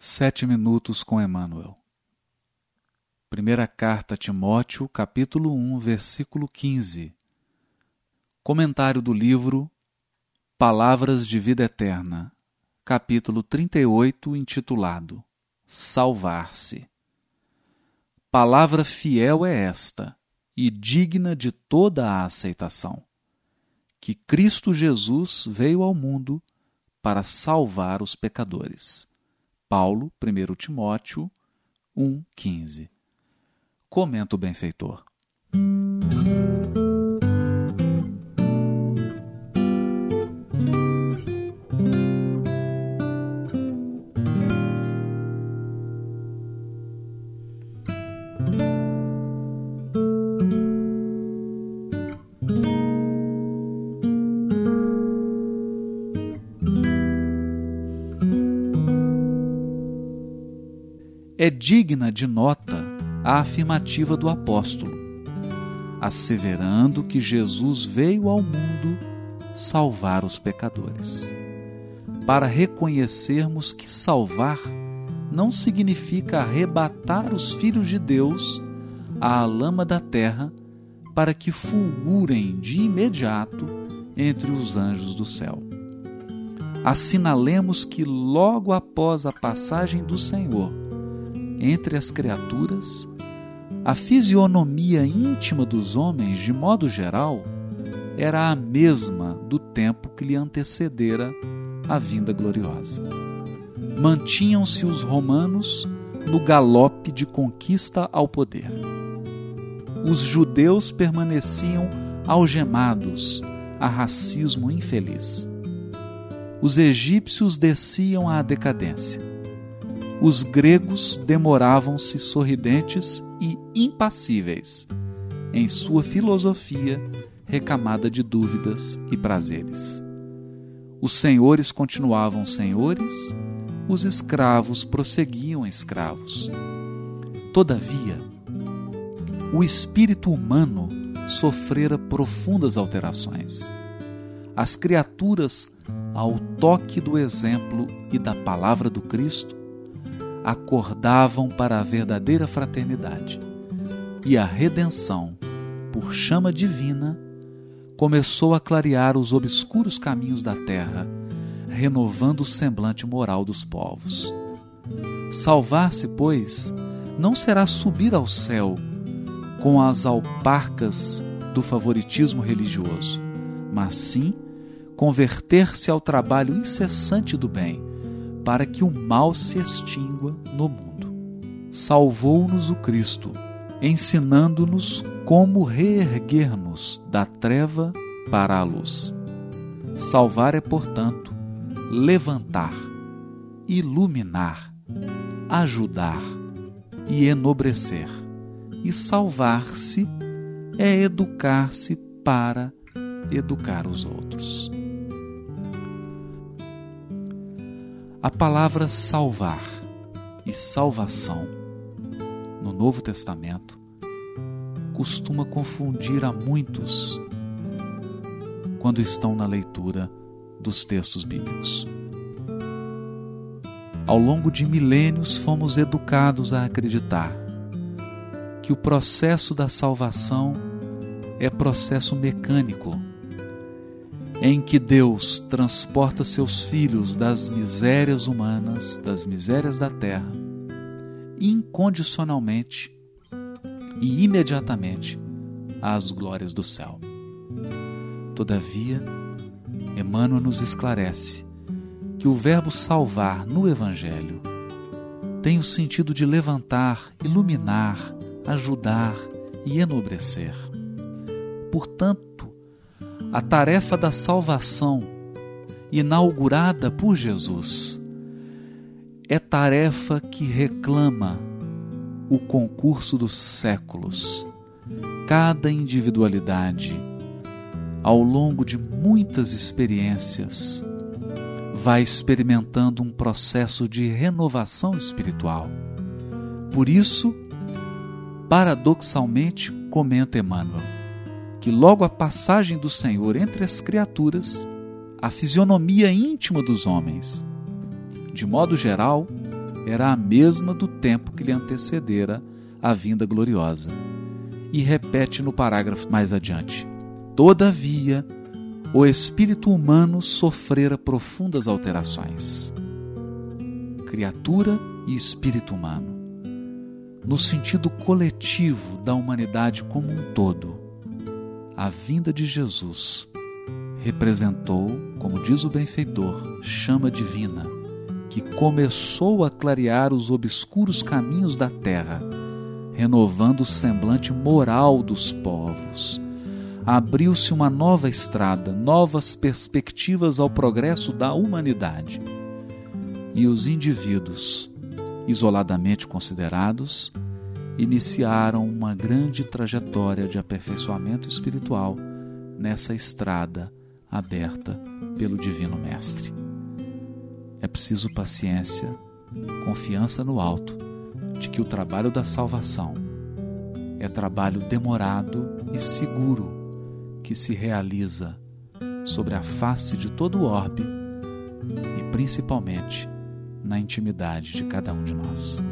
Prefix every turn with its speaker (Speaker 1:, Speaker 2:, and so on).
Speaker 1: 7 minutos com Emmanuel. Primeira carta a Timóteo, capítulo 1, versículo 15. Comentário do livro Palavras de Vida Eterna, capítulo 38, intitulado Salvar-se. Palavra fiel é esta, e digna de toda a aceitação, que Cristo Jesus veio ao mundo para salvar os pecadores. Paulo, 1 Timóteo 1,15. Comenta o benfeitor. É digna de nota a afirmativa do apóstolo, asseverando que Jesus veio ao mundo salvar os pecadores, para reconhecermos que salvar não significa arrebatar os filhos de Deus à lama da terra para que fulgurem de imediato entre os anjos do céu. Assinalemos que logo após a passagem do Senhor entre as criaturas, a fisionomia íntima dos homens, de modo geral, era a mesma do tempo que lhe antecedera a vinda gloriosa. Mantinham-se os romanos no galope de conquista ao poder. Os judeus permaneciam algemados a racismo infeliz. Os egípcios desciam à decadência. Os gregos demoravam-se sorridentes e impassíveis em sua filosofia recamada de dúvidas e prazeres. Os senhores continuavam senhores, os escravos prosseguiam escravos. Todavia, o espírito humano sofrera profundas alterações. As criaturas, ao toque do exemplo e da palavra do Cristo, acordavam para a verdadeira fraternidade, e a redenção, por chama divina, começou a clarear os obscuros caminhos da terra, renovando o semblante moral dos povos. Salvar-se, pois, não será subir ao céu com as alparcas do favoritismo religioso, mas sim converter-se ao trabalho incessante do bem, para que o mal se extingua no mundo. Salvou-nos o Cristo, ensinando-nos como reerguer-nos da treva para a luz. Salvar é, portanto, levantar, iluminar, ajudar e enobrecer. E salvar-se é educar-se para educar os outros. A palavra salvar e salvação no Novo Testamento costuma confundir a muitos quando estão na leitura dos textos bíblicos. Ao longo de milênios fomos educados a acreditar que o processo da salvação é processo mecânico, em que Deus transporta seus filhos das misérias humanas, das misérias da terra, incondicionalmente e imediatamente às glórias do céu. Todavia, Emmanuel nos esclarece que o verbo salvar no Evangelho tem o sentido de levantar, iluminar, ajudar e enobrecer. Portanto, a tarefa da salvação, inaugurada por Jesus, é tarefa que reclama o concurso dos séculos. Cada individualidade, ao longo de muitas experiências, vai experimentando um processo de renovação espiritual. Por isso, paradoxalmente, comenta Emmanuel, que logo a passagem do Senhor entre as criaturas, a fisionomia íntima dos homens, de modo geral, era a mesma do tempo que lhe antecedera a vinda gloriosa. E repete no parágrafo mais adiante: todavia, o espírito humano sofrera profundas alterações. Criatura e espírito humano, no sentido coletivo da humanidade como um todo, a vinda de Jesus representou, como diz o benfeitor, chama divina, que começou a clarear os obscuros caminhos da terra, renovando o semblante moral dos povos. Abriu-se uma nova estrada, novas perspectivas ao progresso da humanidade. E os indivíduos, isoladamente considerados, iniciaram uma grande trajetória de aperfeiçoamento espiritual nessa estrada aberta pelo Divino Mestre. É preciso paciência, confiança no alto, de que o trabalho da salvação é trabalho demorado e seguro, que se realiza sobre a face de todo o orbe e principalmente na intimidade de cada um de nós.